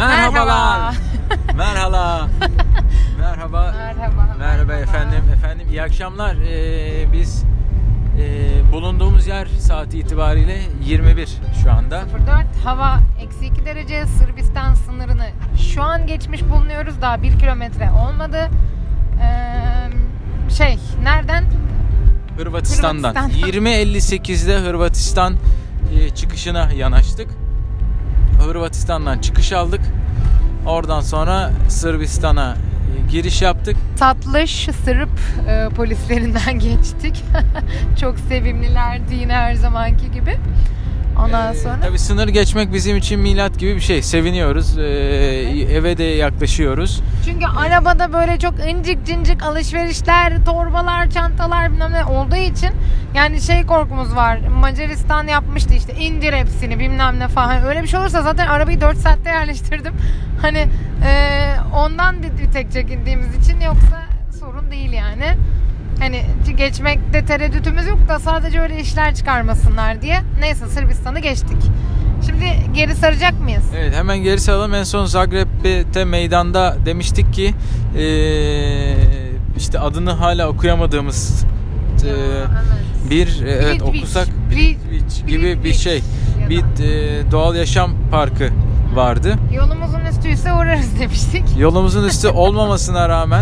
Merhabalar. Merhaba. Merhaba. Merhaba efendim. Efendim iyi akşamlar. Biz bulunduğumuz yer saat itibariyle 21 şu anda. 04 hava -2 derece, Sırbistan sınırını şu an geçmiş bulunuyoruz. Daha 1 kilometre olmadı. Nereden? Hırvatistan'dan. 20.58'de Hırvatistan çıkışına yanaştık. Hırvatistan'dan çıkış aldık. Oradan sonra Sırbistan'a giriş yaptık. Tatlış Sırp polislerinden geçtik. Çok sevimlilerdi yine her zamanki gibi. Ondan sonra... Tabii sınır geçmek bizim için milat gibi bir şey. Seviniyoruz. Eve de yaklaşıyoruz. Çünkü arabada böyle çok incik cincik alışverişler, torbalar, çantalar bilmem ne olduğu için yani korkumuz var. Macaristan yapmıştı işte, indir hepsini bilmem ne falan. Öyle bir şey olursa zaten arabayı 4 saatte yerleştirdim. Hani ondan bir tek çekindiğimiz için, yoksa sorun değil yani. Hani geçmekte tereddütümüz yok da sadece öyle işler çıkarmasınlar diye. Neyse, Sırbistan'ı geçtik. Şimdi geri saracak mıyız? Evet, hemen geri saralım. En son Zagreb'te meydanda demiştik ki işte adını hala okuyamadığımız bir okusak Plitvice gibi bir şey. Bir doğal yaşam parkı vardı. Yolumuzun üstü ise uğrarız demiştik. Yolumuzun üstü olmamasına rağmen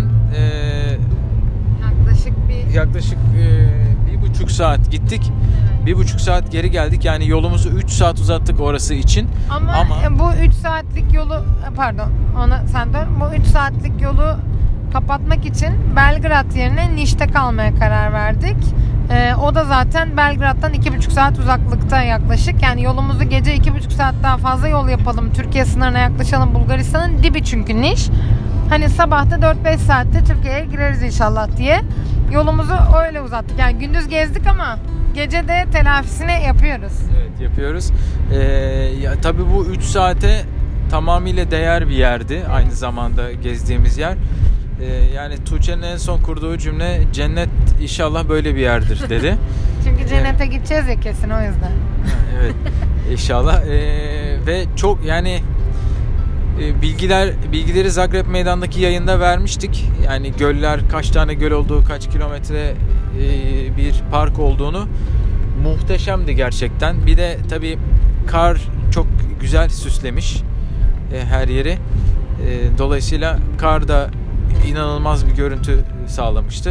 yaklaşık 1,5 saat gittik. Evet. 1,5 saat geri geldik. Yani yolumuzu 3 saat uzattık orası için. Ama bu 3 saatlik yolu bu 3 saatlik yolu kapatmak için Belgrad yerine Niş'te kalmaya karar verdik. O da zaten Belgrad'dan 2,5 saat uzaklıkta yaklaşık. Yani yolumuzu gece 2,5 saat daha fazla yol yapalım, Türkiye sınırına yaklaşalım. Bulgaristan'ın dibi çünkü Niş. Hani sabahta 4-5 saatte Türkiye'ye gireriz inşallah diye yolumuzu öyle uzattık. Yani gündüz gezdik ama gece de telafisini yapıyoruz. Evet, yapıyoruz. Tabii bu 3 saate tamamıyla değer bir yerdi. Aynı zamanda gezdiğimiz yer. Yani Tuğçe'nin en son kurduğu cümle cennet inşallah böyle bir yerdir dedi. Çünkü cennete gideceğiz ya kesin, o yüzden. Evet, inşallah. Ve çok yani bilgileri Zagreb meydandaki yayında vermiştik. Yani göller, kaç tane göl olduğu, kaç kilometre bir park olduğunu. Muhteşemdi gerçekten. Bir de tabii kar çok güzel süslemiş her yeri. Dolayısıyla kar da inanılmaz bir görüntü sağlamıştı.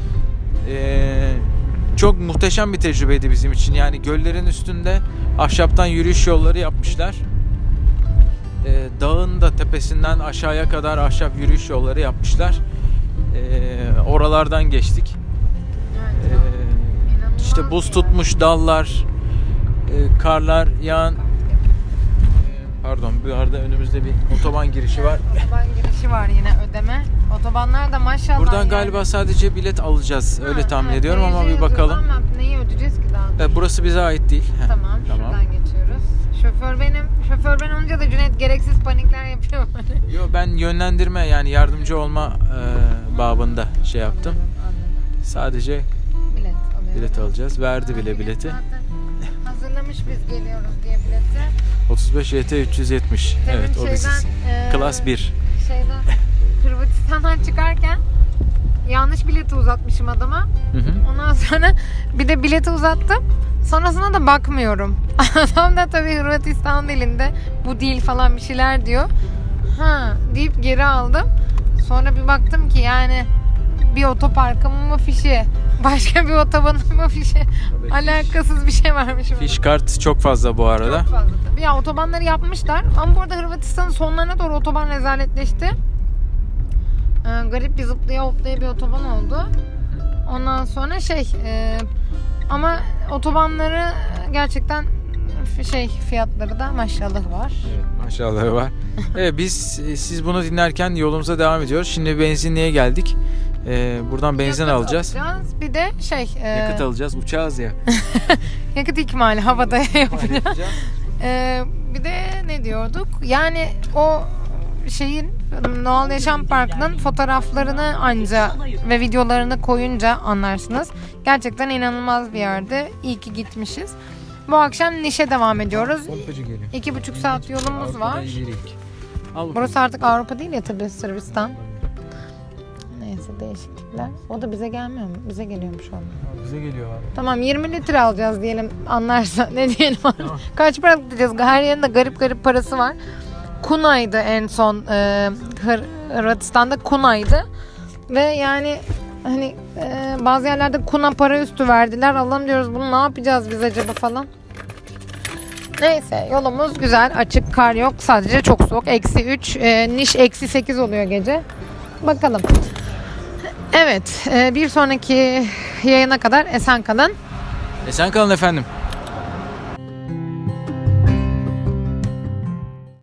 Çok muhteşem bir tecrübeydi bizim için. Yani göllerin üstünde ahşaptan yürüyüş yolları yapmışlar. Dağın da tepesinden aşağıya kadar ahşap yürüyüş yolları yapmışlar. Oralardan geçtik. İşte buz tutmuş dallar, karlar yağan. Pardon, bu arada önümüzde bir otoban girişi var. Otoban girişi var yine, ödeme. Otobanlar da maşallah. Buradan galiba sadece bilet alacağız. Öyle tahmin ediyorum ama bir bakalım. Ama neyi ödeyeceğiz ki daha? Burası bize ait değil. Tamam. Şuradan geçiyoruz. Şoför ben olunca da Cüneyt gereksiz panikler yapıyor bana. Yo, ben yönlendirme yani yardımcı olma babında yaptım. Anladım. Sadece bilet alacağız. Verdi bile bileti. Hazırlamış biz geliyoruz diye bileti. 35 YT 370. Evet, o biziz. Klas 1. Hırvatistan'dan çıkarken yanlış bileti uzatmışım adama. Ondan sonra bir de bileti uzattım. Sonrasında da bakmıyorum. Adam da tabii Hırvatistan dilinde bu değil falan bir şeyler diyor. Deyip geri aldım. Sonra bir baktım ki yani bir otoparkın mı fişi, başka bir otobanın mı fişi, alakasız bir şey varmış. Fiş kart çok fazla bu arada. Çok fazla tabii. Ya otobanları yapmışlar ama bu arada Hırvatistan'ın sonlarına doğru otoban rezaletleşti. Garip bir zıplaya hoplaya bir otoban oldu. Ondan sonra ama otobanları gerçekten fiyatları da maşallah var. Evet, maşallah var. Evet, siz bunu dinlerken yolumuza devam ediyoruz. Şimdi benzinliğe geldik. Buradan benzin alacağız. Bir de yakıt alacağız. Uçağız ya. Yakıt ikmali havada yapacağız. Bir de ne diyorduk? Yani o Doğal Yaşam Parkı'nın fotoğraflarını anca ve videolarını koyunca anlarsınız. Gerçekten inanılmaz bir yerde. İyi ki gitmişiz. Bu akşam Niş'e devam ediyoruz. 2,5 saat yolumuz var. Burası artık Avrupa değil ya tabii, Sırbistan. Neyse, değişiklikler. O da bize gelmiyor mu? Bize geliyormuş onlar. Bize geliyor abi. Tamam, 20 litre alacağız diyelim, anlarsa. Ne diyelim? Tamam. Kaç para tutacağız? Her yerinde garip parası var. Kuna'ydı en son, Hırvatistan'da Kuna'ydı. Ve yani hani bazı yerlerde Kuna para üstü verdiler. Allah'ım diyoruz, bunu ne yapacağız biz acaba falan. Neyse, yolumuz güzel, açık, kar yok, sadece çok soğuk. -3, Niş -8 oluyor gece. Bakalım. Evet, bir sonraki yayına kadar esen kalın. Esen kalın efendim.